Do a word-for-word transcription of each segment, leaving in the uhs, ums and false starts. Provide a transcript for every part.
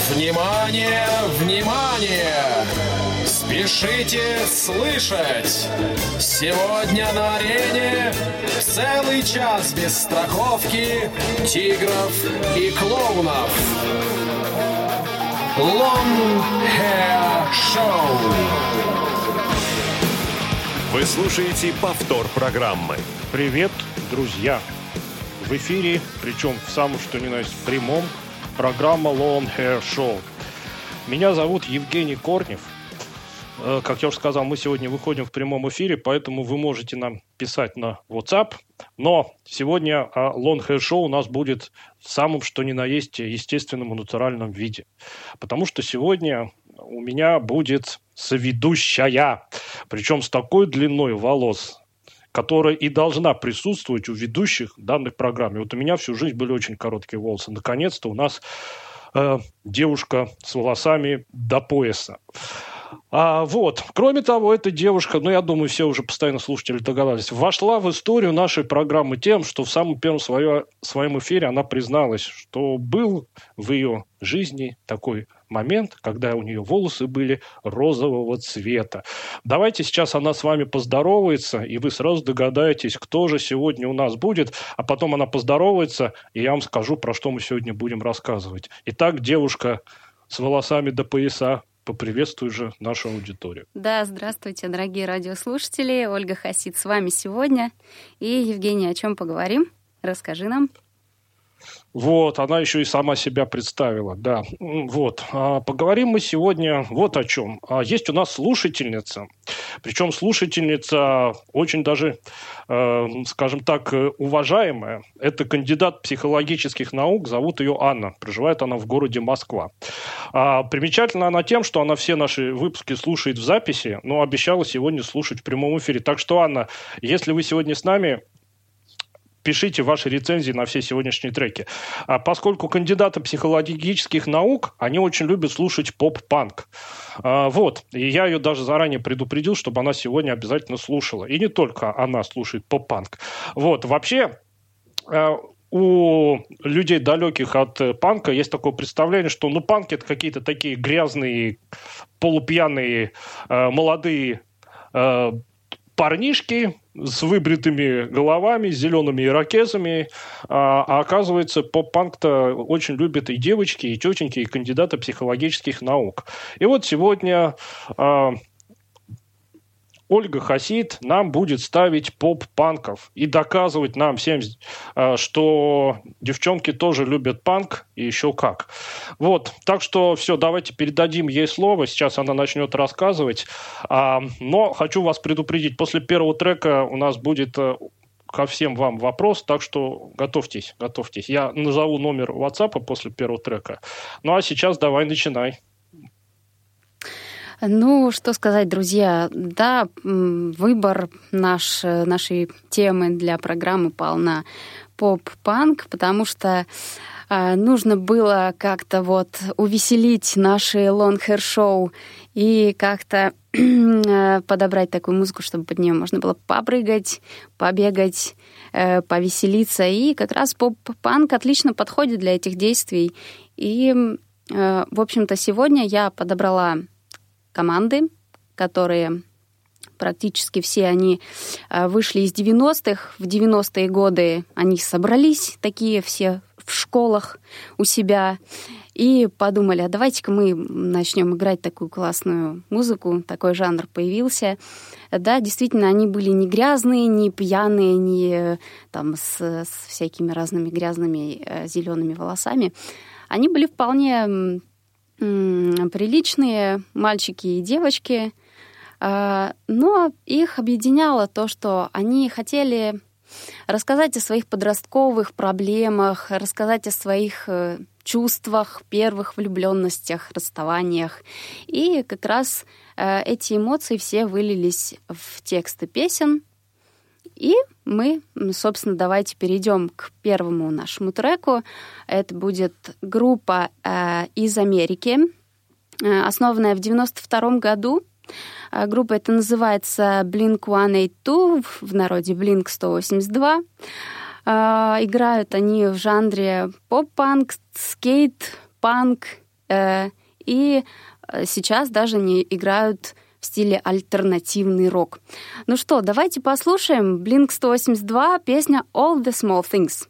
Внимание, внимание! Спешите слышать! Сегодня на арене целый час без страховки тигров и клоунов. Long Hair Show. Вы слушаете повтор программы. Привет, друзья! В эфире, причем в самом что ни на есть прямом, программа Long Hair Show. Меня зовут Евгений Корнев. Как я уже сказал, мы сегодня выходим в прямом эфире, поэтому вы можете нам писать на WhatsApp. Но сегодня Long Hair Show у нас будет в самом что ни на есть естественном и натуральном виде. Потому что сегодня у меня будет соведущая, причем с такой длиной волос, которая и должна присутствовать у ведущих данной программы. Вот у меня всю жизнь были очень короткие волосы. Наконец-то у нас э, девушка с волосами до пояса. А, вот. Кроме того, эта девушка, ну, я думаю, все уже постоянно слушатели догадались, вошла в историю нашей программы тем, что в самом первом свое, своем эфире она призналась, что был в ее жизни такой момент, когда у нее волосы были розового цвета. Давайте сейчас она с вами поздоровается, и вы сразу догадаетесь, кто же сегодня у нас будет, а потом она поздоровается, и я вам скажу, про что мы сегодня будем рассказывать. Итак, девушка с волосами до пояса, поприветствуй же нашу аудиторию. Да, здравствуйте, дорогие радиослушатели. Ольга Хасид с вами сегодня. И, Евгений, о чем поговорим? Расскажи нам. Вот, она еще и сама себя представила, да. Вот, а, поговорим мы сегодня вот о чем. А, есть у нас слушательница, причем слушательница очень даже, э, скажем так, уважаемая. Это кандидат психологических наук, зовут ее Анна, проживает она в городе Москва. А, примечательна она тем, что она все наши выпуски слушает в записи, но обещала сегодня слушать в прямом эфире. Так что, Анна, если вы сегодня с нами, пишите ваши рецензии на все сегодняшние треки. А поскольку кандидаты психологических наук, они очень любят слушать поп-панк. А, вот. И я ее даже заранее предупредил, чтобы она сегодня обязательно слушала. И не только она слушает поп-панк. Вот. Вообще, у людей, далеких от панка, есть такое представление, что ну, панк – это какие-то такие грязные, полупьяные, молодые парнишки с выбритыми головами, с зелеными ирокезами. А, а оказывается, поп-панк-то очень любят и девочки, и тетеньки, и кандидаты психологических наук. И вот сегодня а, Ольга Хасид нам будет ставить поп-панков и доказывать нам всем, а, что девчонки тоже любят панк, и еще как. Вот, так что все, давайте передадим ей слово. Сейчас она начнет рассказывать. А, но хочу вас предупредить, после первого трека у нас будет ко всем вам вопрос, так что готовьтесь, готовьтесь. Я назову номер WhatsApp после первого трека. Ну а сейчас давай начинай. Ну, что сказать, друзья, да, выбор наш, нашей темы для программы пал на поп-панк, потому что э, нужно было как-то вот увеселить наши Long Hair Show и как-то э, подобрать такую музыку, чтобы под нее можно было попрыгать, побегать, э, повеселиться. И как раз поп-панк отлично подходит для этих действий. И, э, в общем-то, сегодня я подобрала команды, которые практически все они вышли из девяностых. В девяностые годы они собрались, такие все в школах у себя, и подумали, а давайте-ка мы начнем играть такую классную музыку, такой жанр появился. Да, действительно, они были не грязные, не пьяные, не там с, с всякими разными грязными э, зелеными волосами. Они были вполне приличные мальчики и девочки, но их объединяло то, что они хотели рассказать о своих подростковых проблемах, рассказать о своих чувствах, первых влюбленностях, расставаниях. И как раз эти эмоции все вылились в тексты песен. И мы, собственно, давайте перейдем к первому нашему треку. Это будет группа э, из Америки, э, основанная в девяносто втором году. Э, группа эта называется блинк сто восемьдесят два, в народе блинк сто восемьдесят два. Э, играют они в жанре поп-панк, скейт, панк и сейчас даже не играют в стиле альтернативный рок. Ну что, давайте послушаем блинк сто восемьдесят два, песня «All the Small Things».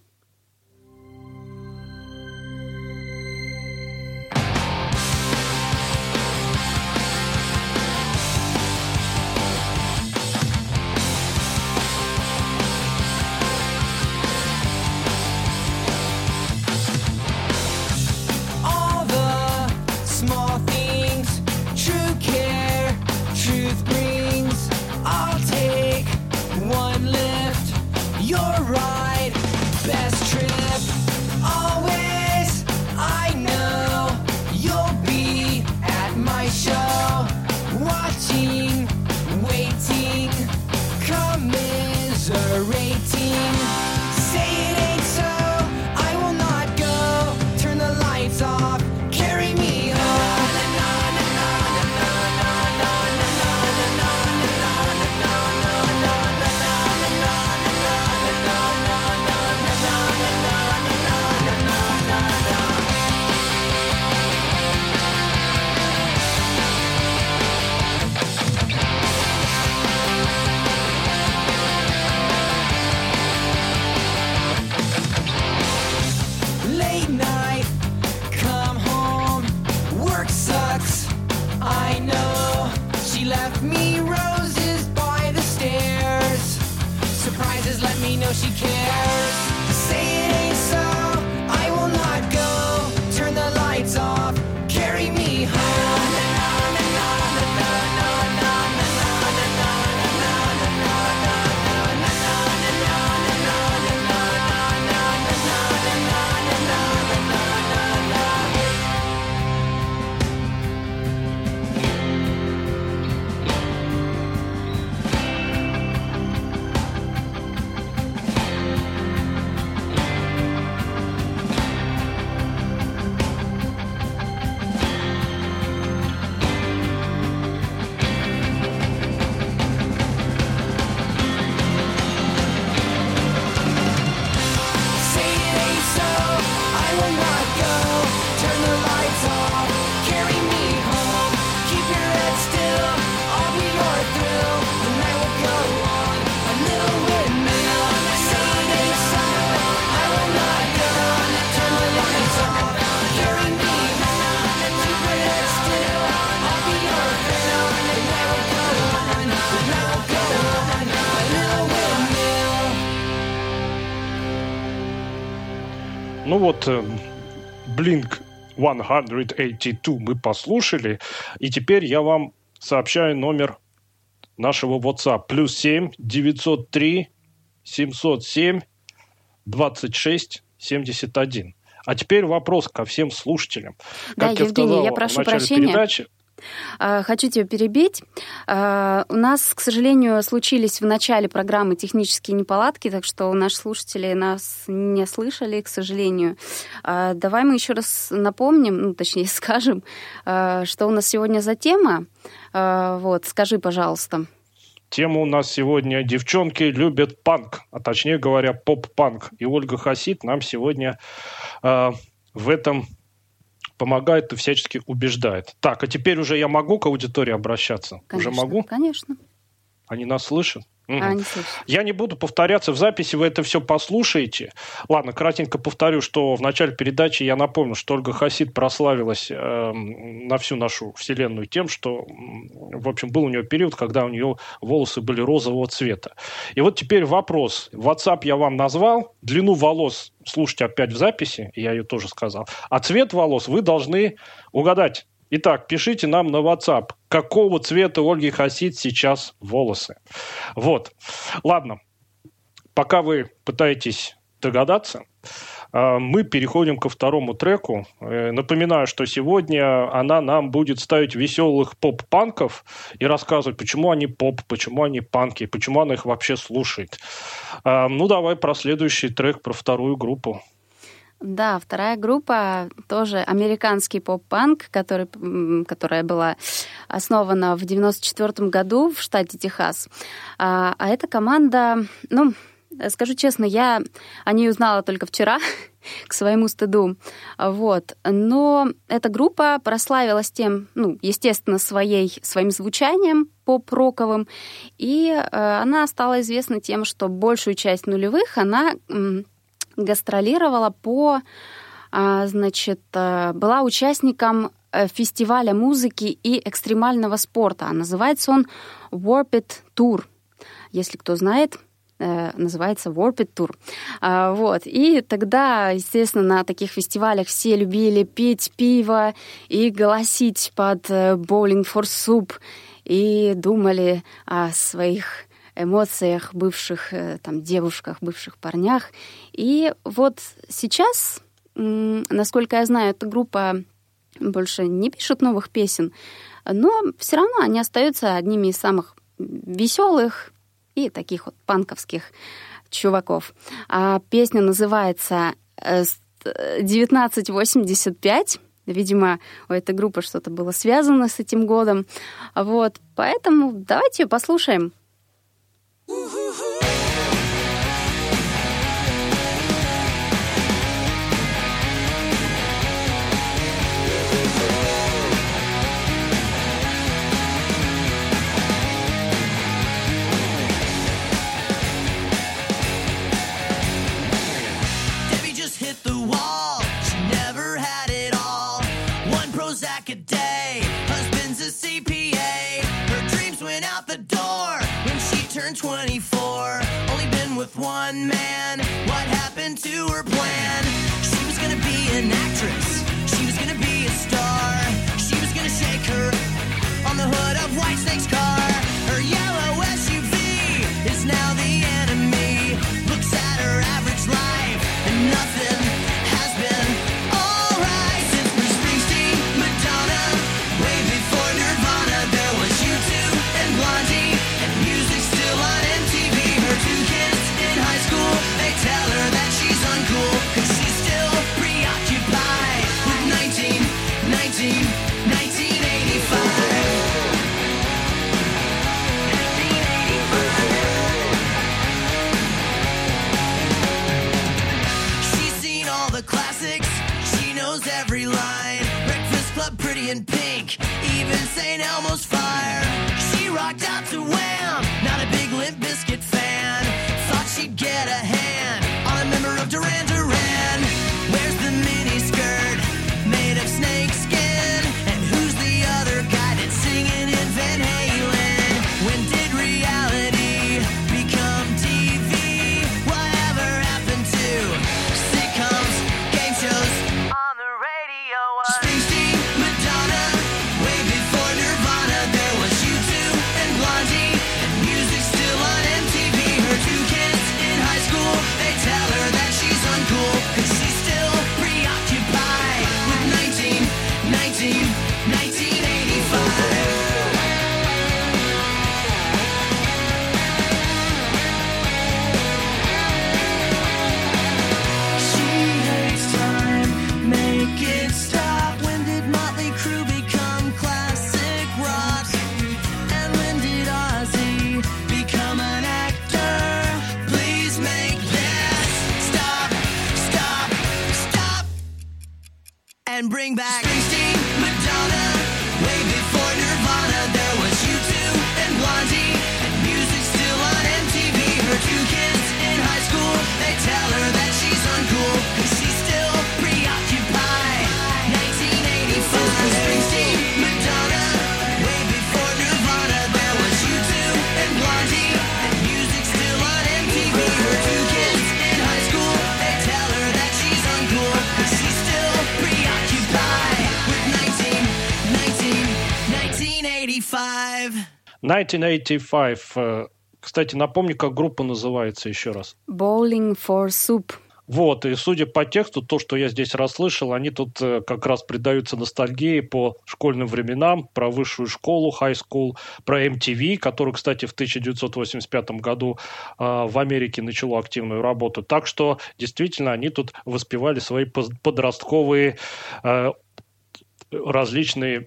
Ну вот, блинк сто восемьдесят два мы послушали, и теперь я вам сообщаю номер нашего WhatsApp. Плюс семь девятьсот три семьсот семь двадцать шесть семьдесят один. А теперь вопрос ко всем слушателям. Да, как я Евгений, сказал я прошу в начале прощения. передачи, Хочу тебя перебить. У нас, к сожалению, случились в начале программы технические неполадки, так что наши слушатели нас не слышали, к сожалению. Давай мы еще раз напомним, ну, точнее, скажем, что у нас сегодня за тема. Вот, скажи, пожалуйста. Тема у нас сегодня «Девчонки любят панк», а точнее говоря, поп-панк. И Ольга Хасид нам сегодня э, в этом помогает и всячески убеждает. Так, а теперь уже я могу к аудитории обращаться? Конечно, уже могу? Конечно. Они нас слышат? Угу. А, не слышат. Я не буду повторяться в записи, вы это все послушаете. Ладно, кратенько повторю, что в начале передачи я напомнил, что Ольга Хасид прославилась э, на всю нашу вселенную тем, что, в общем, был у нее период, когда у нее волосы были розового цвета. И вот теперь вопрос. WhatsApp я вам назвал, длину волос слушайте опять в записи, я ее тоже сказал, а цвет волос вы должны угадать. Итак, пишите нам на WhatsApp, какого цвета у Ольги Хасид сейчас волосы. Вот. Ладно. Пока вы пытаетесь догадаться, мы переходим ко второму треку. Напоминаю, что сегодня она нам будет ставить веселых поп-панков и рассказывать, почему они поп, почему они панки, почему она их вообще слушает. Ну, давай про следующий трек, про вторую группу. Да, вторая группа тоже американский поп-панк, который, которая была основана в девяносто четвёртом году в штате Техас. А, а эта команда, ну, скажу честно, я о ней узнала только вчера, к своему стыду. Вот. Но эта группа прославилась тем, ну, естественно, своей, своим звучанием поп-роковым, и э, она стала известна тем, что большую часть нулевых она э, гастролировала по, э, значит, э, была участником фестиваля музыки и экстремального спорта. А называется он Warped Tour. Если кто знает, называется Warped Tour. Вот. И тогда, естественно, на таких фестивалях все любили пить пиво и голосить под Bowling for Soup и думали о своих эмоциях, бывших там, девушках, бывших парнях. И вот сейчас, насколько я знаю, эта группа больше не пишут новых песен, но все равно они остаются одними из самых веселых и таких вот панковских чуваков. А песня называется девятнадцать восемьдесят пять. Видимо, у этой группы что-то было связано с этим годом. Вот, поэтому давайте ее послушаем. twenty-four, only been with one man. What happened to her plan? She was gonna be an actress, she was gonna be a star, she was gonna shake her on the hood of Whitesnake's car. Her yellow S U V is now the enemy. Looks at her average life and nothing has been alright. Since Bruce Springsteen, Madonna, way before Nirvana, there was U two and Blondie, and music still on M T V. Her two kids in high school, they tell her that she's uncool, cause she's still preoccupied with nineteen, nineteen, nineteen eighty-five. She's seen all the classics, she knows every line. Breakfast Club, Pretty in Pink, even Saint Elmo's Fire. She rocked out to Wham, not a big Limp Bizkit fan. Thought she'd get a hand on a member of Duran Duran. Where's the mini skirt made of snake skin? And who's the other guy that's singing in Van Halen? When did reality become T V? Whatever happened to sitcoms, game shows on the radio? Springsteen, Madonna, way before Nirvana, there was U two and Blondie, and music still on M T V. Her two kids in high school, they tell her that she's uncool, cause she's still preoccupied with nineteen, nineteen, nineteen eighty-five. She hates time, make it stop. When did Motley Crue become classic rock? And when did Ozzy become an actor? Please make this stop, stop, stop, and bring back Springsteen, Madonna, way before Nirvana. There was U two and Blondie, and music still on M T V. Her two kids in high school, they tell her that she's uncool, cause she's still preoccupied. nineteen eighty-five. Springsteen, Madonna, way before Nirvana. There was U two and Blondie, and music still on M T V. Her two kids in high school, they tell her that she's uncool, cause she's still preoccupied with nineteen, nineteen, nineteen eighty-five. nineteen eighty-five. э, Кстати, напомни, как группа называется еще раз. Bowling for Soup. Вот, и судя по тексту, то, что я здесь расслышал, они тут э, как раз предаются ностальгии по школьным временам, про высшую школу, high school, про эм ти ви, который, кстати, в тысяча девятьсот восемьдесят пятом году э, в Америке начало активную работу. Так что, действительно, они тут воспевали свои поз- подростковые э, различные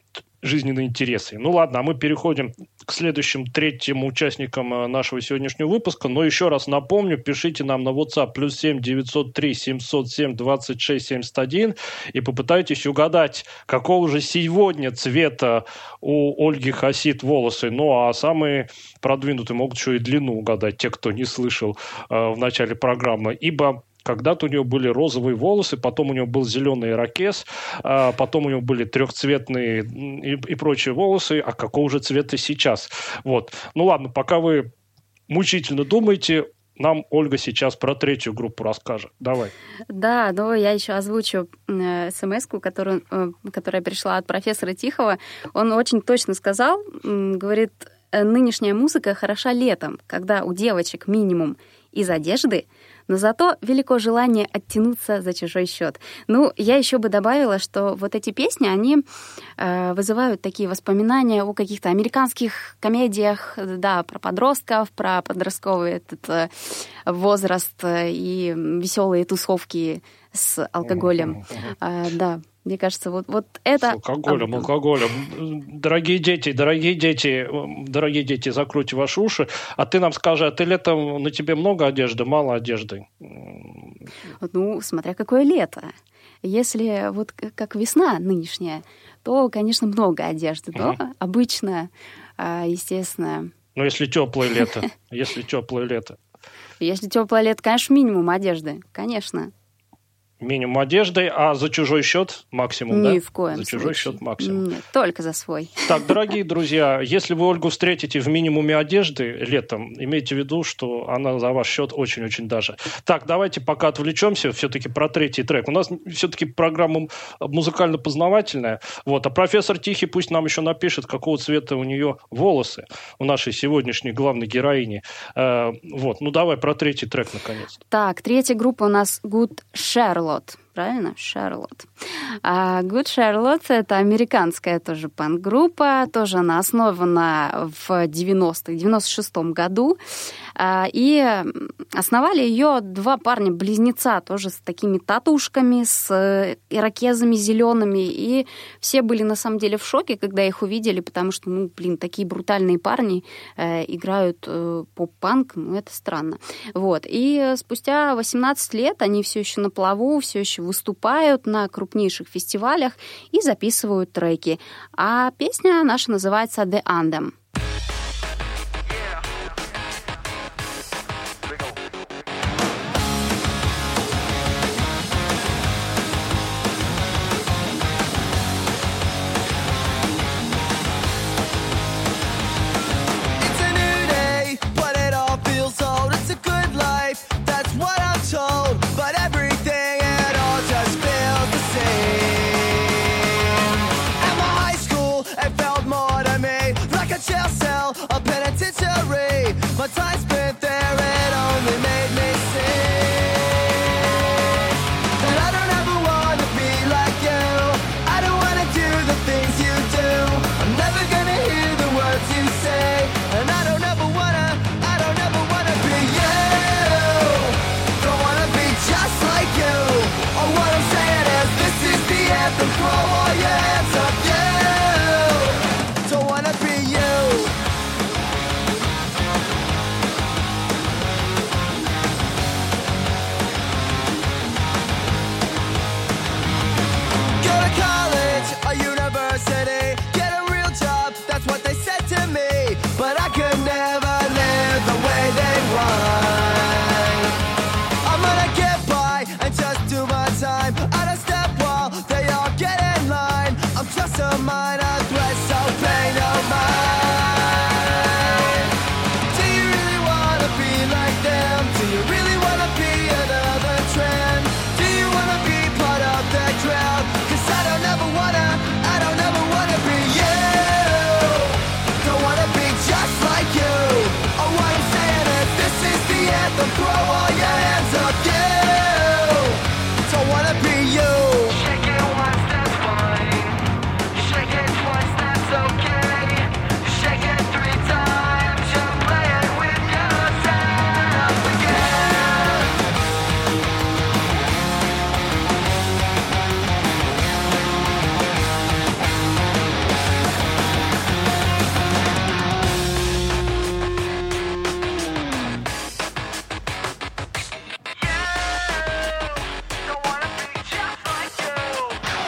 жизненные интересы. Ну ладно, а мы переходим к следующим, третьим участникам нашего сегодняшнего выпуска. Но еще раз напомню, пишите нам на WhatsApp плюс семь девятьсот три семьсот семь двадцать шесть семьдесят один и попытайтесь угадать, какого же сегодня цвета у Ольги Хасид волосы. Ну, а самые продвинутые могут еще и длину угадать, те, кто не слышал э, в начале программы. Ибо когда-то у нее были розовые волосы, потом у нее был зеленый ирокез, а потом у нее были трехцветные и, и прочие волосы. А какого же цвета сейчас? Вот. Ну ладно, пока вы мучительно думаете, нам Ольга сейчас про третью группу расскажет. Давай. Да, но я еще озвучу э, смс-ку, которую, э, которая пришла от профессора Тихого. Он очень точно сказал, э, говорит, нынешняя музыка хороша летом, когда у девочек минимум из одежды, но зато велико желание оттянуться за чужой счет. Ну, я еще бы добавила, что вот эти песни, они э, вызывают такие воспоминания о каких-то американских комедиях, да, про подростков, про подростковый этот э, возраст и веселые тусовки с алкоголем. Э, да. Мне кажется, вот, вот это... С алкоголем, алкоголем. Дорогие дети, дорогие дети, дорогие дети, закройте ваши уши. А ты нам скажи, а ты летом на тебе много одежды, мало одежды? Ну, смотря какое лето. Если вот как весна нынешняя, то, конечно, много одежды. Но mm. обычно, естественно... Ну, если теплое лето. Если теплое лето. Если теплое лето, конечно, минимум одежды. Конечно. Минимум одежды, а за чужой счет максимум, Ни да? Ни в коем За случае. чужой счет максимум. Нет, только за свой. Так, дорогие друзья, если вы Ольгу встретите в минимуме одежды летом, имейте в виду, что она за ваш счет очень-очень даже. Так, давайте пока отвлечемся все-таки про третий трек. У нас все-таки программа музыкально-познавательная. Вот, а профессор Тихий пусть нам еще напишет, какого цвета у нее волосы, у нашей сегодняшней главной героини. Э, вот, ну давай про третий трек наконец-то. Так, третья группа у нас Good Charlotte. Правильно? Шарлотт. А Good Charlotte — это американская тоже панк-группа. Тоже она основана в девяностых, девяносто шестом году. И основали ее два парня-близнеца, тоже с такими татушками, с ирокезами зелеными. И все были на самом деле в шоке, когда их увидели, потому что, ну, блин, такие брутальные парни э, играют э, поп-панк, ну, это странно. Вот. И спустя восемнадцать лет они все еще на плаву, все еще выступают на крупнейших фестивалях и записывают треки. А песня наша называется «The Anthem». Like a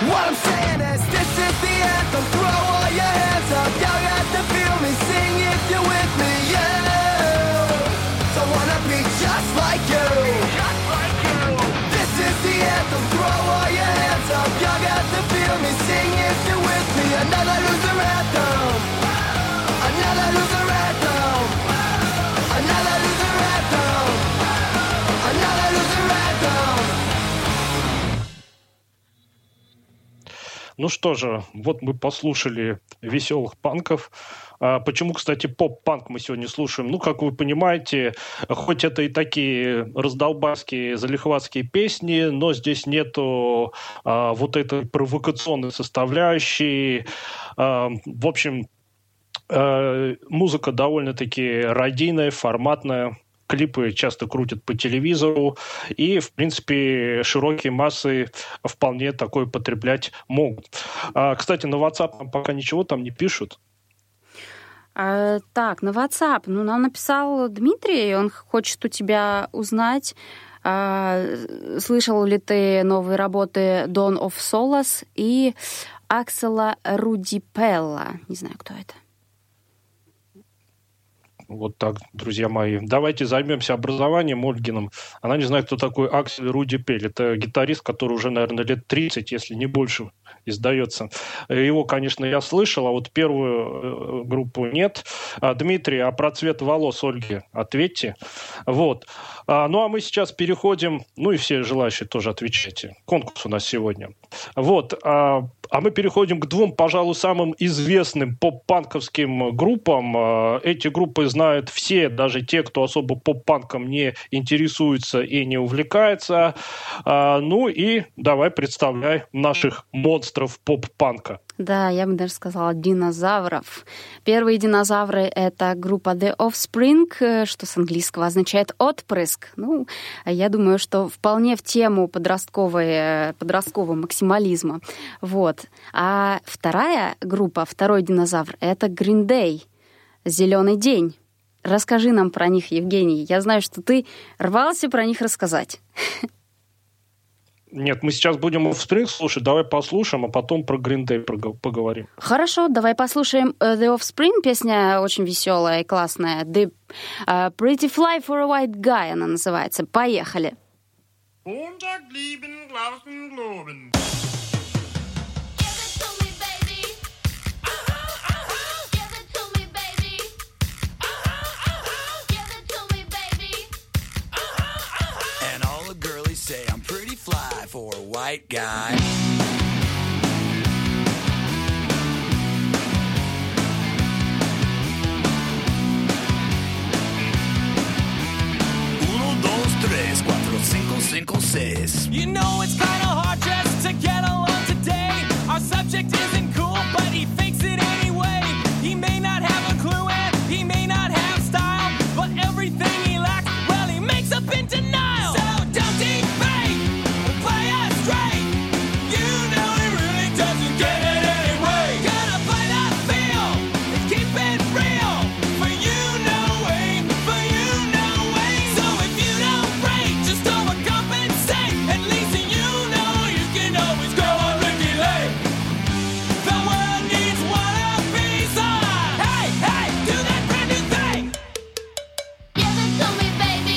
What I'm saying is, this is the anthem. Throw all your hands up, y'all got to feel me. Sing if you're with me, yeah. So wanna be just like you. This is the anthem. Throw all your hands up, y'all got to feel me. Sing if you're with me. Another loser anthem. Another loser anthem. Another loser anthem. Another loser anthem. Ну что же, вот мы послушали веселых панков. А почему, кстати, поп-панк мы сегодня слушаем? Ну, как вы понимаете, хоть это и такие раздолбайские, залихватские песни, но здесь нету а, вот этой провокационной составляющей. А, в общем, а, музыка довольно-таки радийная, форматная. Клипы часто крутят по телевизору, и, в принципе, широкие массы вполне такое потреблять могут. А, кстати, на WhatsApp нам пока ничего там не пишут. А, так, на WhatsApp. Ну, нам написал Дмитрий, он хочет у тебя узнать, а, слышал ли ты новые работы Dawn of Solace и Аксела Рудипелла. Не знаю, кто это. Вот так, друзья мои. Давайте займемся образованием Ольгиным. Она не знает, кто такой Аксель Рудипель. Это гитарист, который уже, наверное, лет тридцать, если не больше, издается. Его, конечно, я слышал, а вот первую группу нет. Дмитрий, а про цвет волос Ольги ответьте. Вот. Ну, а мы сейчас переходим, ну и все желающие тоже отвечайте. Конкурс у нас сегодня. Вот. А мы переходим к двум, пожалуй, самым известным поп-панковским группам. Эти группы знают все, даже те, кто особо поп-панком не интересуется и не увлекается. Ну и давай представляй наших монстров поп-панка. Да, я бы даже сказала динозавров. Первые динозавры — это группа The Offspring, что с английского означает «отпрыск». Ну, я думаю, что вполне в тему подростковой, подросткового максимализма. Вот. А вторая группа, второй динозавр — это Green Day, «Зеленый день». Расскажи нам про них, Евгений. Я знаю, что ты рвался про них рассказать. Нет, мы сейчас будем Offspring слушать, давай послушаем, а потом про Green Day поговорим. Хорошо, давай послушаем The Offspring, песня очень веселая и классная. The uh, Pretty Fly for a White Guy она называется. Поехали. Say I'm pretty fly for a white guy. Uno, dos, tres, cuatro, cinco, cinco, seis. You know it's kinda hard just to get along today. Our subject isn't cool, but he fakes it anyway. He may not have a clue and he may not have style, but everything he lacks, well, he makes up in denial. So don't deep fake, play us straight. You know he really doesn't get it anyway. Gotta play that feel and keep it real. For you know way, for you know way. So if you don't break, just overcompensate. At least you know you can always go on Ricky Lake. The world needs one of these on. Hey, hey, do that brand new thing. Give it to me, baby.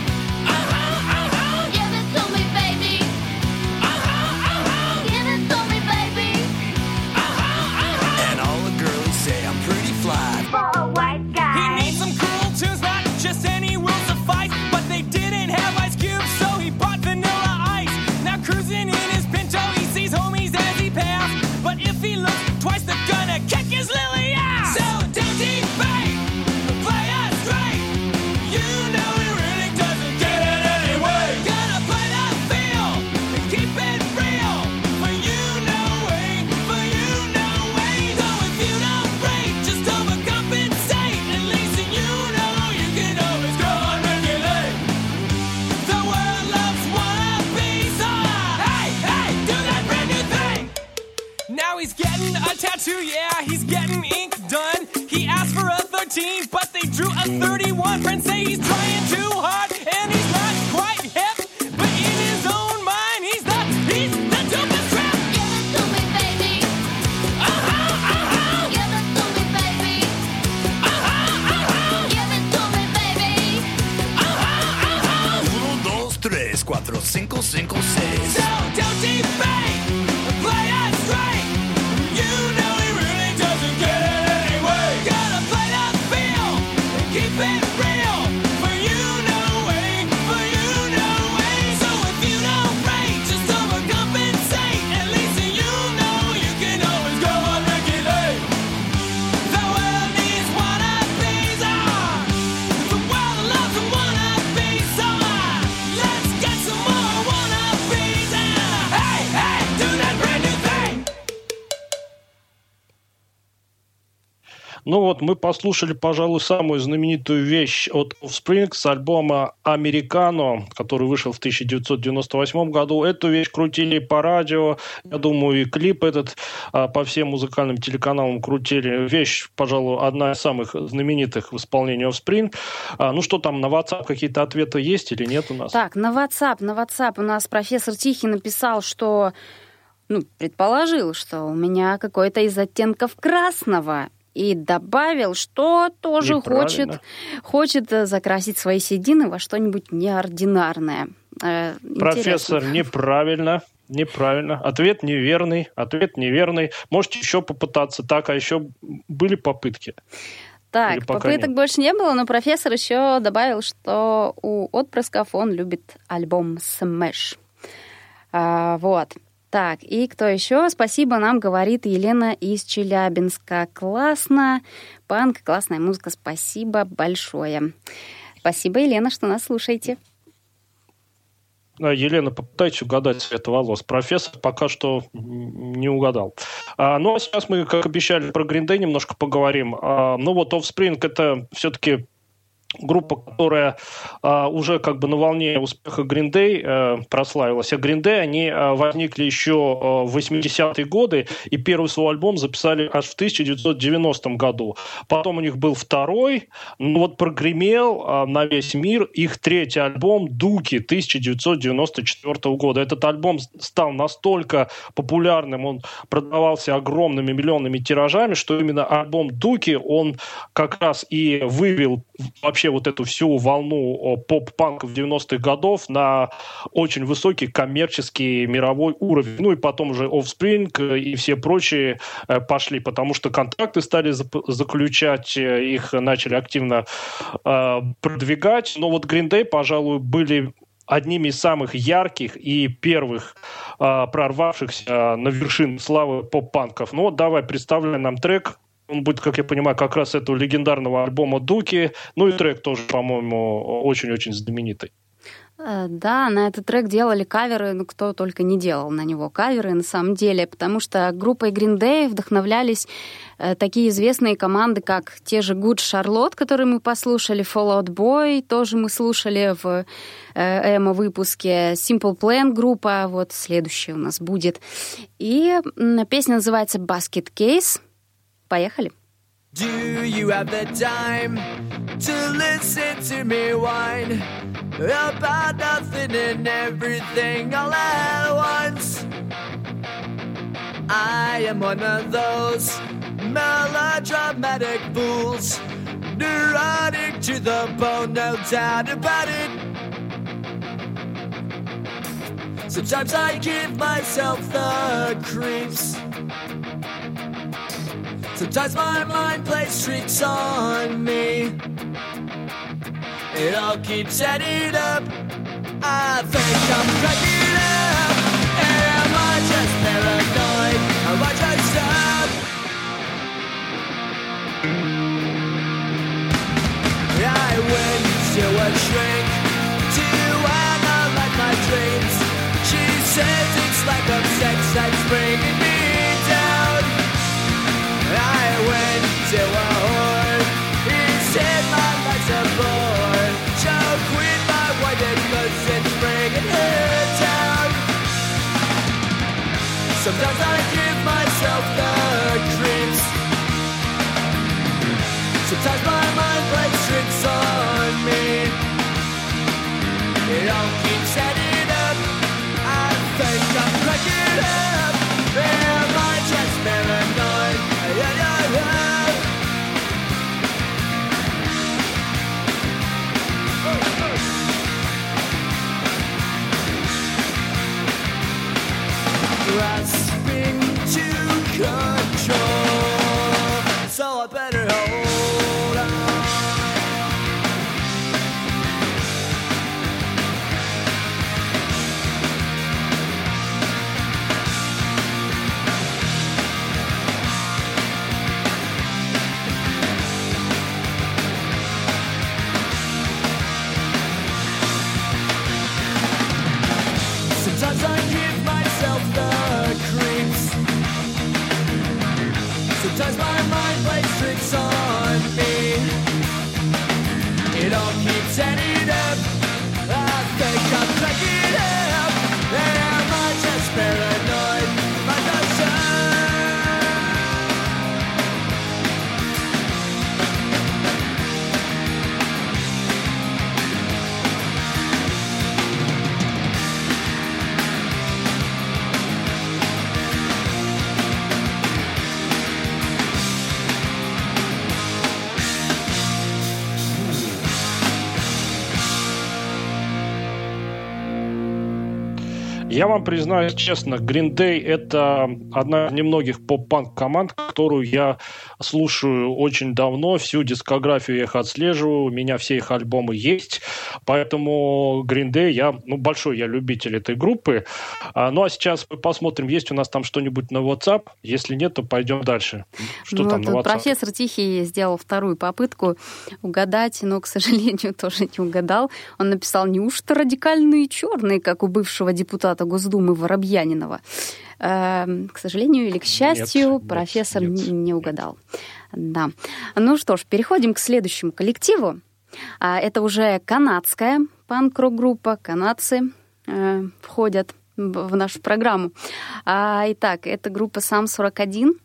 Uh-huh, uh-huh. Give it to me, baby. Uh-huh, uh-huh. Give it to me, baby. Uh-huh, uh-huh. And all the girlies say I'm pretty fly. For a white He guy. needs some cool tunes, not just any will suffice. But they didn't have Ice Cube, so he bought Vanilla Ice. Now cruising in his Pinto, he sees homies as he pass. But if he looks twice, they're gonna kick his lily ass. So don't debate, play us straight. You know he really doesn't get it anyway. Gotta play that feel and keep it real. For you know way, for you know way. So if you don't break, just overcompensate. At least you know you can always go on regulate. The world loves wannabes on. Hey, hey, do that brand new thing. Now he's getting a tattoo, yeah, he's getting ink done. He asked for a thirteen, but they drew a thirty-one. Friends say he's trying too hard, and he's not quite hip. But in his own mind, he's the, he's the dopest crap. Give it to cinco, cinco, seis. So don't debate, play it straight. You know he really doesn't get it anyway. Gotta play the field and keep it real. For you no way, for you no way. So if you don't rate, just overcompensate. At least you know you can always go on regulate. The world needs wannabes, ah. The world loves a wannabe, so ah. Let's get some more wannabes, ah. Hey, hey, do that brand new thing. Ну вот, мы послушали, пожалуй, самую знаменитую вещь от Offspring с альбома «Американо», который вышел в тысяча девятьсот девяносто восьмом году. Эту вещь крутили по радио, я думаю, и клип этот а, по всем музыкальным телеканалам крутили. Вещь, пожалуй, одна из самых знаменитых в исполнении Offspring. А, ну что там, на WhatsApp какие-то ответы есть или нет у нас? Так, на WhatsApp, на WhatsApp у нас профессор Тихий написал, что, ну, предположил, что у меня какой-то из оттенков красного. И добавил, что тоже хочет, Неправильно. хочет э, закрасить свои седины во что-нибудь неординарное. Э, Профессор, интересно. неправильно. Неправильно. Ответ неверный. Ответ неверный. Можете еще попытаться. Так, а еще были попытки? Или Так, пока попыток нет? больше не было, но профессор еще добавил, что у отпрысков он любит альбом Smash. А, вот. Так, и кто еще? Спасибо нам говорит Елена из Челябинска. Классно. Панк, классная музыка. Спасибо большое. Спасибо, Елена, что нас слушаете. А, Елена, попытайтесь угадать цвет волос. Профессор пока что не угадал. А, ну, а сейчас мы, как обещали, про Green Day немножко поговорим. А, ну вот Offspring — это все-таки группа, которая а, уже как бы на волне успеха Green Day а, прославилась. А Green Day, они а, возникли еще а, в восьмидесятые годы, и первый свой альбом записали аж в тысяча девятьсот девяностом году. Потом у них был второй, ну вот прогремел а, на весь мир их третий альбом «Дуки» тысяча девятьсот девяносто четвёртого года. Этот альбом стал настолько популярным, он продавался огромными миллионными тиражами, что именно альбом «Дуки», он как раз и вывел вообще вот эту всю волну поп-панков девяностых годов на очень высокий коммерческий мировой уровень. Ну и потом уже Offspring и все прочие пошли, потому что контракты стали заключать, их начали активно э, продвигать. Но вот Green Day, пожалуй, были одними из самых ярких и первых э, прорвавшихся на вершину славы поп-панков. Ну вот давай, представляй нам трек. Он будет, как я понимаю, как раз этого легендарного альбома «Дуки». Ну и трек тоже, по-моему, очень-очень знаменитый. Да, на этот трек делали каверы, ну кто только не делал на него каверы, на самом деле, потому что группой Green Day вдохновлялись э, такие известные команды, как те же Good Charlotte, которые мы послушали, Fall Out Boy, тоже мы слушали в э, эмо-выпуске, Simple Plan группа, вот следующая у нас будет. И м, песня называется Basket Case. Поехали. Do you have the time to listen to me whine about nothing and everything all at once? I am one of those melodramatic fools, neurotic to the bone, no doubt about it. Sometimes I give myself the creeps. Sometimes my mind plays tricks on me. It all keeps adding up. I think I'm cracking up. Am I just paranoid? Am I just up? I went to a shrink to analyze my dreams. She says it's like a sex that's bringing me down. I went to a whore. He said my life's a bore. So quit my white cause it's bringing her down. Sometimes I give myself the creeps. Sometimes my mind plays tricks on me. It all keeps adding up. I think I'm cracking up. Am I just paranoid? Yeah, yeah, yeah. spinning to control. So I better hold on. Sometimes I give myself the creeps. Sometimes my mind plays tricks on me. It all keeps adding up. I think I'm cracking up. Am I just paranoid? My concern. Я вам признаюсь честно, Green Day — это одна из немногих поп-панк команд, которую я слушаю очень давно, всю дискографию я их отслеживаю, у меня все их альбомы есть, поэтому Green Day, я, ну, большой я любитель этой группы. А, ну, а сейчас мы посмотрим, есть у нас там что-нибудь на WhatsApp, если нет, то пойдем дальше. Что ну, там на WhatsApp? Профессор Тихий сделал вторую попытку угадать, но, к сожалению, тоже не угадал. Он написал: неужто радикальные черные, как у бывшего депутата Госдумы Воробьянинова? Э, к сожалению или к счастью, нет, профессор нет, нет. не угадал. Да. Ну что ж, переходим к следующему коллективу. Это уже канадская панк-рок-группа. Канадцы э, входят в нашу программу. Итак, это группа Сам сорок один.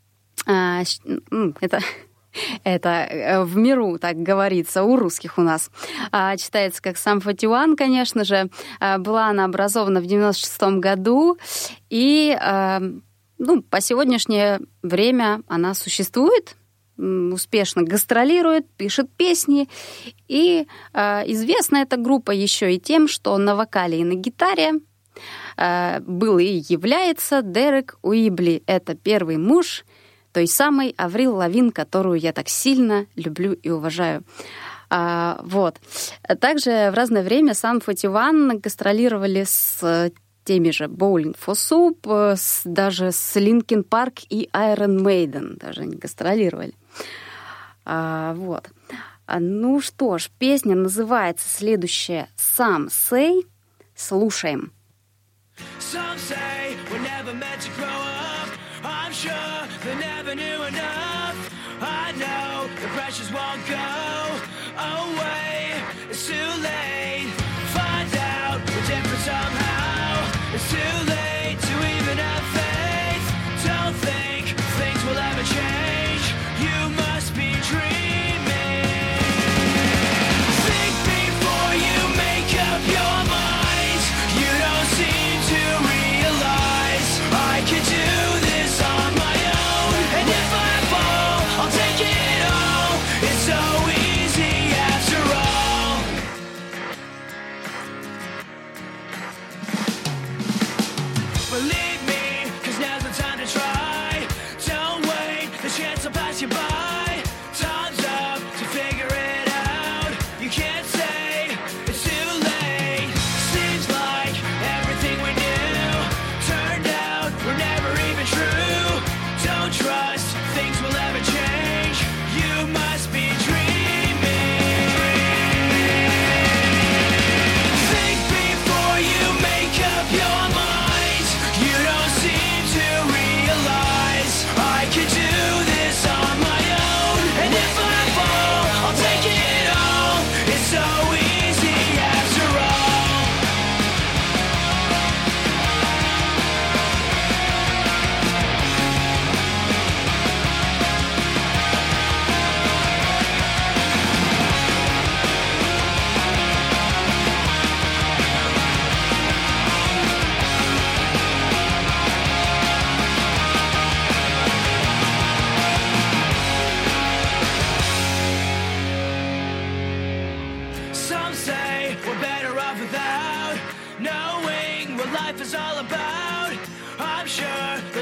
Это... Это в миру, так говорится, у русских у нас. А, читается как Сам сорок один, конечно же. А, была она образована в девяносто шестом году. И а, ну, по сегодняшнее время она существует, успешно гастролирует, пишет песни. И а, известна эта группа еще и тем, что на вокале и на гитаре а, был и является Дерек Уибли. Это первый муж той самой Аврил Лавин, которую я так сильно люблю и уважаю. А, вот. Также в разное время Сам сорок один гастролировали с теми же Bowling for Soup, с, даже с Linkin Park и Iron Maiden. Даже они гастролировали. А, вот. А, ну что ж, песня называется следующая «Some Say». Слушаем. Some say we're never meant to grow up. I'm sure they never knew enough. I know the pressures won't go away. It's too late. Find out we're different somehow. It's too late to even have faith. Don't think things will ever change. You must be dreaming. Think before you make up your mind. You don't seem to realize I can do this on my own. And if I fall, I'll take it all. It's so easy after all.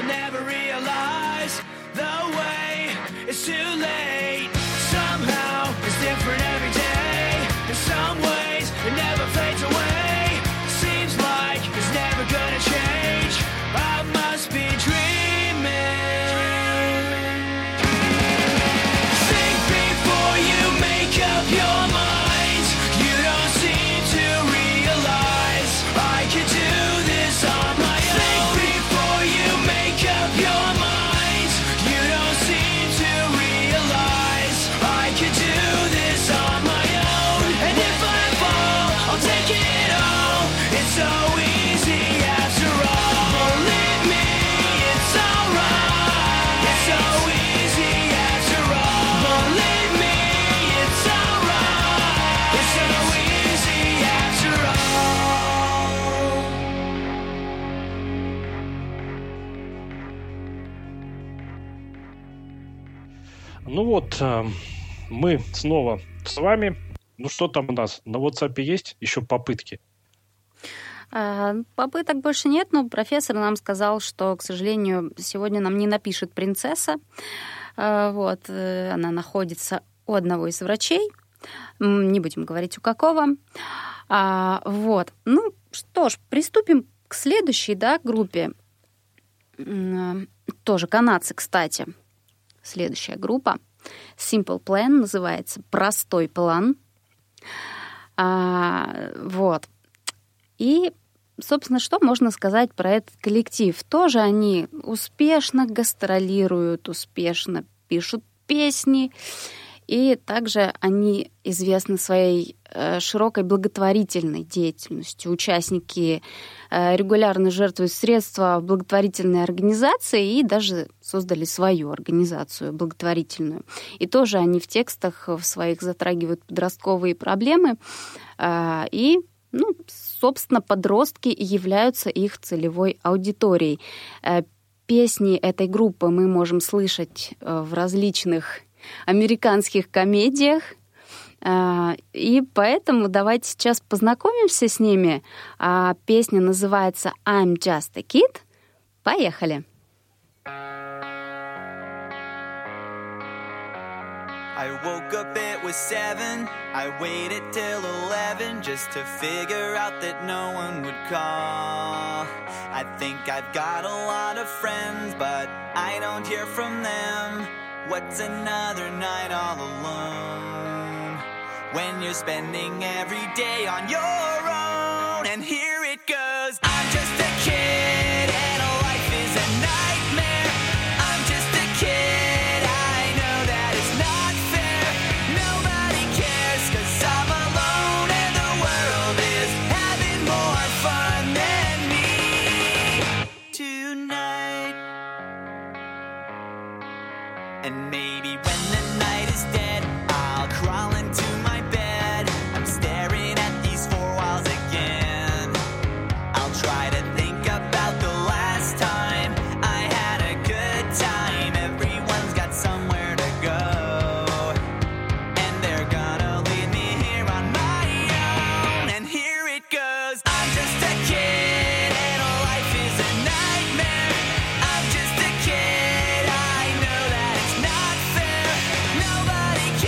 never realize the way it's too late. Somehow it's different every day. In some ways it never fades away. Seems like it's never gonna change. I must be dreaming. Think before you make up your mind. You don't seem to realize I could do this on my own. Think before you make up your mind. You don't seem to realize I could do this on my own. And if I fall, I'll take it all. It's so easy after all. Believe me, it's alright. It's so easy after all. Believe me, it's alright. It's so easy after all. Ну вот, э, мы снова с вами. Ну что там у нас? На WhatsApp есть еще попытки? А, Попыток больше нет, но профессор нам сказал, что, к сожалению, сегодня нам не напишет принцесса. А, Вот, э, она находится у одного из врачей. М, Не будем говорить, у какого. А, Вот. Ну что ж, приступим к следующей, да, группе. М, Тоже канадцы, кстати. Следующая группа. Simple Plan называется. Простой план. А, Вот. И, собственно, что можно сказать про этот коллектив? Тоже они успешно гастролируют, успешно пишут песни, и также они известны своей э, широкой благотворительной деятельностью. Участники э, регулярно жертвуют средства в благотворительной организации и даже создали свою организацию благотворительную. И тоже они в текстах в своих затрагивают подростковые проблемы, э, и ну, собственно, подростки являются их целевой аудиторией. Э, Песни этой группы мы можем слышать э, в различных американских комедиях, э, и поэтому давайте сейчас познакомимся с ними. А Песня называется «I'm just a kid». Поехали! I woke up, it was seven. I waited till eleven just to figure out that no one would call. I think I've got a lot of friends, but I don't hear from them. What's another night all alone when you're spending every day on your own? And here it goes. I'm just a kid and life is a nightmare. I'm just a kid, I know that it's not fair. Nobody cares 'cause I'm alone and the world is having more fun than me tonight. And maybe when the night is dead, I'll crawl into my bed. I'm staring at these four walls again. I'll try to think about the last time I had a good time. Everyone's got somewhere to go, and they're gonna leave me here on my own. And here it goes. I'm just a kid and life is a nightmare. I'm just a kid, I know that it's not fair. Nobody cares.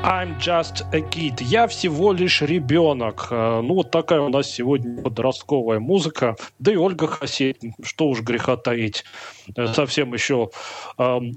I'm just a kid. Я всего лишь ребенок. Э, Ну, вот такая у нас сегодня подростковая музыка. Да и Ольга Хасей, что уж греха таить. Э, Совсем еще эм,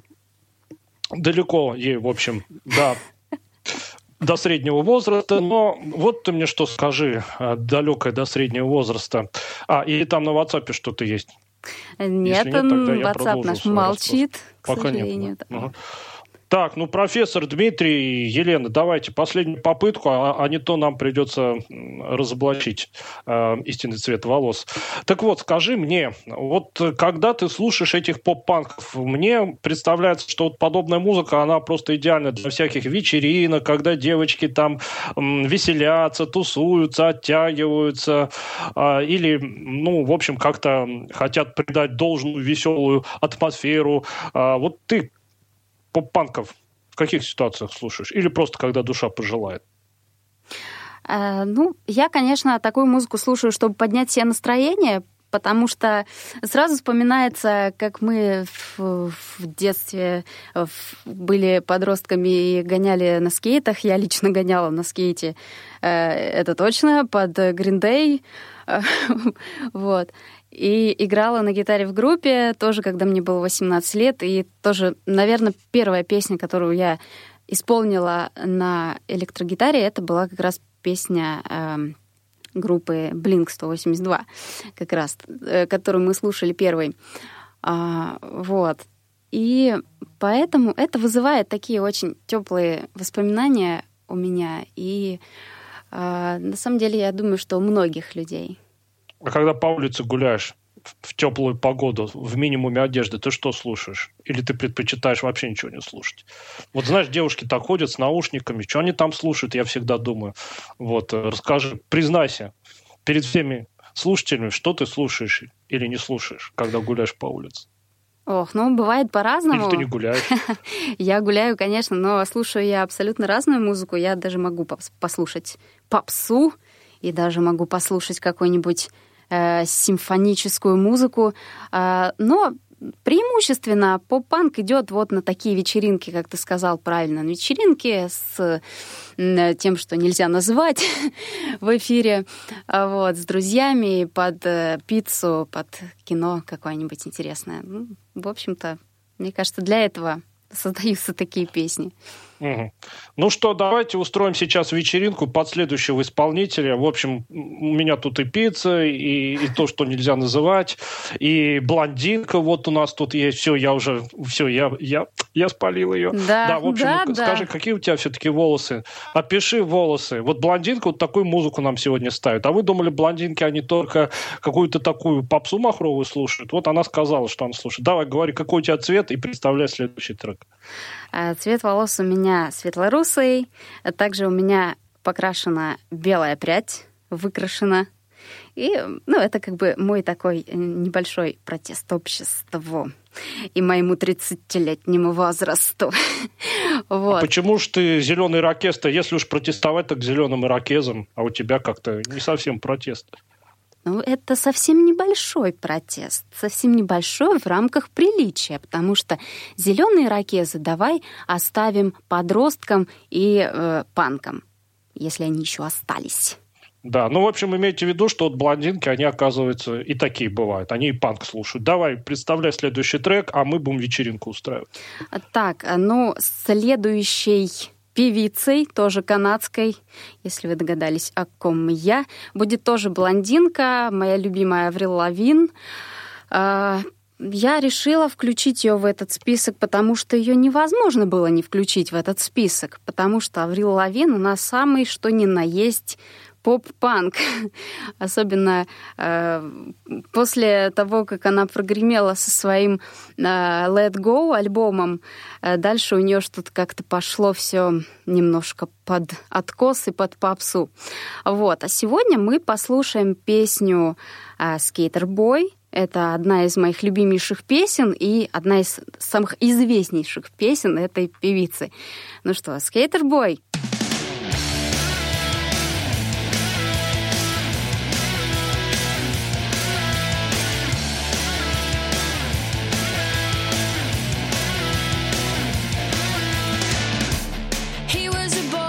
далеко ей, в общем, да, до среднего возраста, но вот ты мне что скажи, э, далекое до среднего возраста. А, или там на WhatsApp что-то есть? Нет, Если нет, тогда я WhatsApp продолжу наш свой молчит, рассказ. к Пока сожалению. нет. да. Ага. Так, ну, профессор Дмитрий, Елена, давайте последнюю попытку, а, а не то нам придется м, разоблачить э, истинный цвет волос. Так вот, скажи мне, вот э, когда ты слушаешь этих поп-панков, мне представляется, что вот подобная музыка, она просто идеальна для всяких вечеринок, когда девочки там м, веселятся, тусуются, оттягиваются, а, или, ну, в общем, как-то хотят придать должную веселую атмосферу. А, вот ты поп-панков в каких ситуациях слушаешь? Или просто когда душа пожелает? Э, Ну, я, конечно, такую музыку слушаю, чтобы поднять себе настроение, потому что сразу вспоминается, как мы в, в детстве в- были подростками и гоняли на скейтах. Я лично гоняла на скейте, э, это точно, под Green Day. Э, Вот. И играла на гитаре в группе, тоже, когда мне было восемнадцать лет. И тоже, наверное, первая песня, которую я исполнила на электрогитаре, это была как раз песня эм, группы блинк сто восемьдесят два, как раз, э, которую мы слушали первой. А, вот. И поэтому это вызывает такие очень теплые воспоминания у меня. И а, на самом деле я думаю, что у многих людей. А когда по улице гуляешь в теплую погоду, в минимуме одежды, ты что слушаешь? Или ты предпочитаешь вообще ничего не слушать? Вот знаешь, девушки так ходят с наушниками, что они там слушают, я всегда думаю. Вот, э, расскажи, признайся перед всеми слушателями, что ты слушаешь или не слушаешь, когда гуляешь по улице. Ох, ну, бывает по-разному. Или ты не гуляешь. Я гуляю, конечно, но слушаю я абсолютно разную музыку. Я даже могу пос- послушать попсу, и даже могу послушать какую-нибудь э, симфоническую музыку. Э, но преимущественно поп-панк идет вот на такие вечеринки, как ты сказал правильно, на вечеринки с м, тем, что нельзя называть в эфире, а вот, с друзьями, под э, пиццу, под кино какое-нибудь интересное. Ну, в общем-то, мне кажется, для этого создаются такие песни. Мгм. Ну что, давайте устроим сейчас вечеринку под следующего исполнителя. В общем, у меня тут и пицца, и, и то, что нельзя называть, и блондинка вот у нас тут есть. Все, я уже, все, я, я, я спалил ее. Да, в общем, да, ну, да. скажи, какие у тебя все-таки волосы? Опиши волосы. Вот блондинка вот такую музыку нам сегодня ставит. А вы думали, блондинки, они только какую-то такую попсу махровую слушают? Вот она сказала, что она слушает. Давай, говори, какой у тебя цвет, и представляй следующий трек. А Цвет волос у меня светлорусый, а также у меня покрашена белая прядь, выкрашена. И, ну, это как бы мой такой э, небольшой протест обществу и моему тридцатилетнему возрасту. Вот. Почему ж ты зеленый ирокез-то? Если уж протестовать, так зеленым ирокезом, а у тебя как-то не совсем протест. Ну, это совсем небольшой протест, совсем небольшой в рамках приличия, потому что зеленые ирокезы давай оставим подросткам и э, панкам, если они еще остались. Да, ну, в общем, имейте в виду, что вот блондинки, они, оказывается, и такие бывают. Они и панк слушают. Давай, представляй следующий трек, а мы будем вечеринку устраивать. Так, ну, следующей певицей, тоже канадской, если вы догадались, о ком я, будет тоже блондинка, моя любимая Аврил Лавин. А, Я решила включить ее в этот список, потому что ее невозможно было не включить в этот список, потому что Аврил Лавин у нас самый что ни на есть поп-панк. Особенно э, после того, как она прогремела со своим э, Let Go альбомом, э, дальше у нее что-то как-то пошло все немножко под откос и под попсу. Вот. А сегодня мы послушаем песню э, Skater Boy. Это одна из моих любимейших песен и одна из самых известнейших песен этой певицы. Ну что, Skater Boy. He was a boy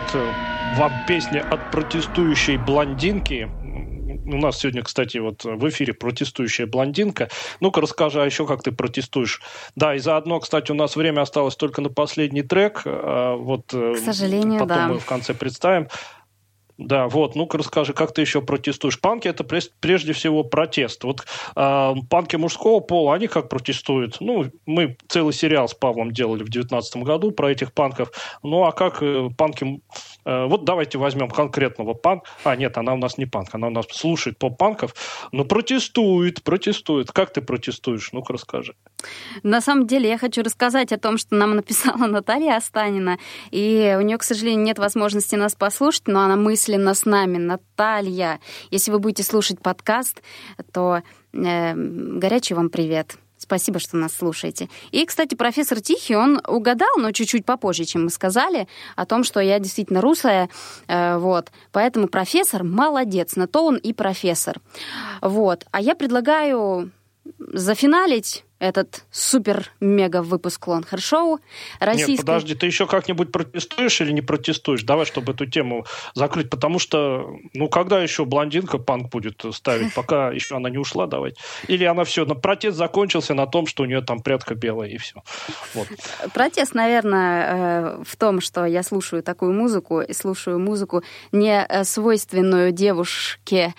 вот э, вам песня от протестующей блондинки. У нас сегодня, кстати, вот в эфире протестующая блондинка. Ну-ка, расскажи, а еще как ты протестуешь? Да, и заодно, кстати, у нас время осталось только на последний трек. А вот, К сожалению, потом да. мы в конце представим. Да, вот, ну-ка расскажи, как ты еще протестуешь? Панки — это прежде всего протест. Вот э, панки мужского пола, они как протестуют? Ну, мы целый сериал с Павлом делали в девятнадцатом году про этих панков. Ну, а как э, панки... Э, вот давайте возьмем конкретного панка. А, нет, она у нас не панк, она у нас слушает поп-панков, но протестует, протестует. Как ты протестуешь? Ну-ка расскажи. На самом деле я хочу рассказать о том, что нам написала Наталья Останина, и у нее, к сожалению, нет возможности нас послушать, но она мысленно с нами. Наталья, если вы будете слушать подкаст, то э, горячий вам привет. Спасибо, что нас слушаете. И, кстати, профессор Тихий, он угадал, но чуть-чуть попозже, чем мы сказали, о том, что я действительно русая. Э, вот. Поэтому профессор молодец, на то он и профессор. Вот. А я предлагаю зафиналить этот супер-мега-выпуск Лонхер-шоу. Российской... Нет, подожди, ты еще как-нибудь протестуешь или не протестуешь? Давай, чтобы эту тему закрыть, потому что, ну, когда еще блондинка панк будет ставить, пока еще она не ушла, давай. Или она все, на протест закончился на том, что у нее там прядка белая, и все. Вот. Протест, наверное, в том, что я слушаю такую музыку, и слушаю музыку не свойственную девушке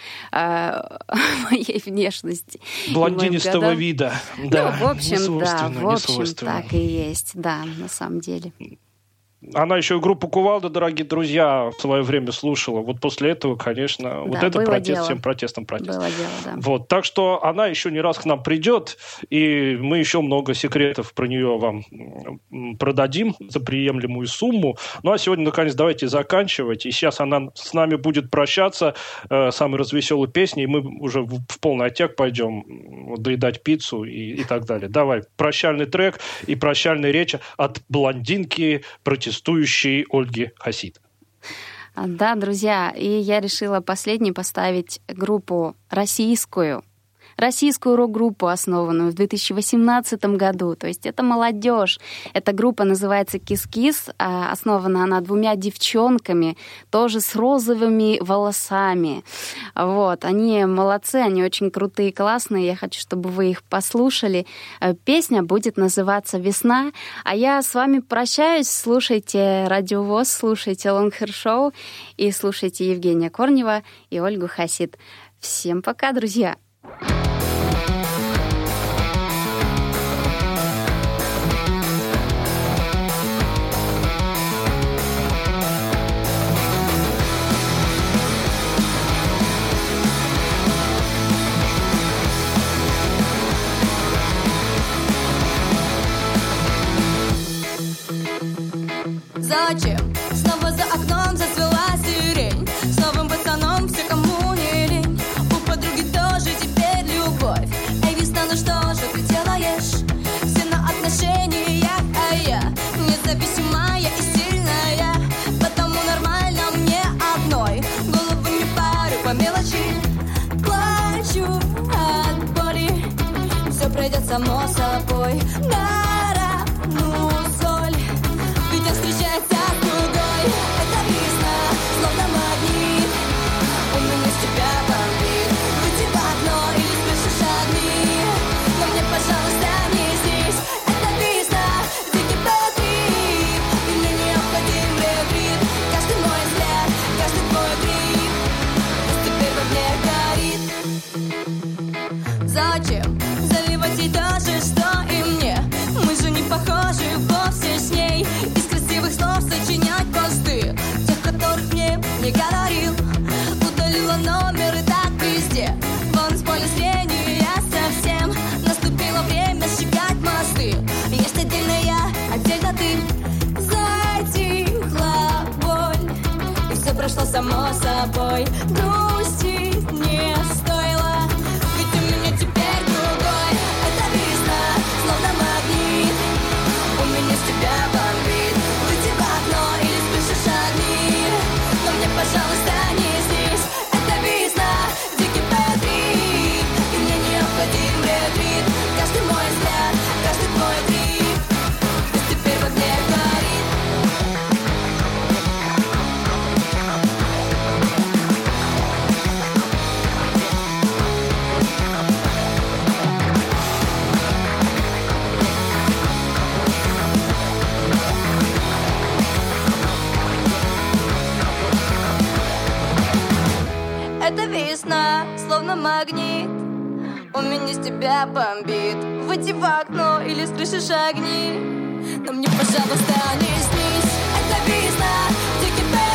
моей внешности. Блондинистого вида, да. В общем, да, в общем, несвойственно. так и есть, да, на самом деле. Она еще и группу «Кувалда», дорогие друзья, в свое время слушала. Вот после этого, конечно, Да, вот это было протест, дело. всем протестом протест. Было дело, да. Вот, так что она еще не раз к нам придет, и мы еще много секретов про нее вам м, продадим за приемлемую сумму. Ну, а сегодня, наконец, давайте заканчивать. И сейчас она с нами будет прощаться э, самой развеселой песней, и мы уже в, в полный оттяг пойдем м, доедать пиццу и, и так далее. Давай, прощальный трек и прощальная речь от блондинки, протестующей Ольги Хасид. Да, друзья, и я решила последней поставить группу российскую, российскую рок-группу, основанную в две тысячи восемнадцатом году. То есть это молодежь. Эта группа называется «Кис-Кис». Основана она двумя девчонками, тоже с розовыми волосами. Вот. Они молодцы, они очень крутые и классные. Я хочу, чтобы вы их послушали. Песня будет называться «Весна». А я с вами прощаюсь. Слушайте Радио ВОС, слушайте Лонхер-шоу и слушайте Евгения Корнева и Ольгу Хасид. Всем пока, друзья! Зачем? Снова за окном зацвела сирень. С новым пацаном все, кому не лень. У подруги тоже теперь любовь. Эй, весна, ну что же ты делаешь? Все на отношениях, а я независимая и сильная. Потому нормально мне одной. Голову не парю по мелочи. Плачу от боли. Все пройдет само собой. На равную соль. Ведь он встречается с другой. Это весна, словно магнит. Он меня с тебя бомбит. Выйти в окно или спешишь одни. Но мне, пожалуйста, не здесь. Это весна, дикий бэтрip. И мне необходим ретрит. Каждый мой взгляд, каждый твой крик пусть теперь во мне горит. Зачем заливать ей то же, что и мне? Мы же не похожи вовсе с ней. Из красивых слов сочинять посты, тех, которых мне не говорил. Удалила номер и так везде. Вон с поля зрения совсем. Наступило время сжигать мосты. Есть отдельно я, отдельно ты. Затихла боль, и все прошло само собой. Грустить не стоило, ведь у меня теперь другой. Это весна, словно магнит. Он меня с тебя бомбит. Выйти в окно или спешишь одни. Но мне, пожалуйста, не здесь. Это весна, дикий бэтрip. И мне необходим ретрит. Каждый мой взгляд, каждый твой крик пусть теперь во мне горит. весна, словно магнит. Он меня с тебя бомбит. Выйти в окно или с крыши шагни. Но мне, пожалуйста, не снись. Это весна, где кипит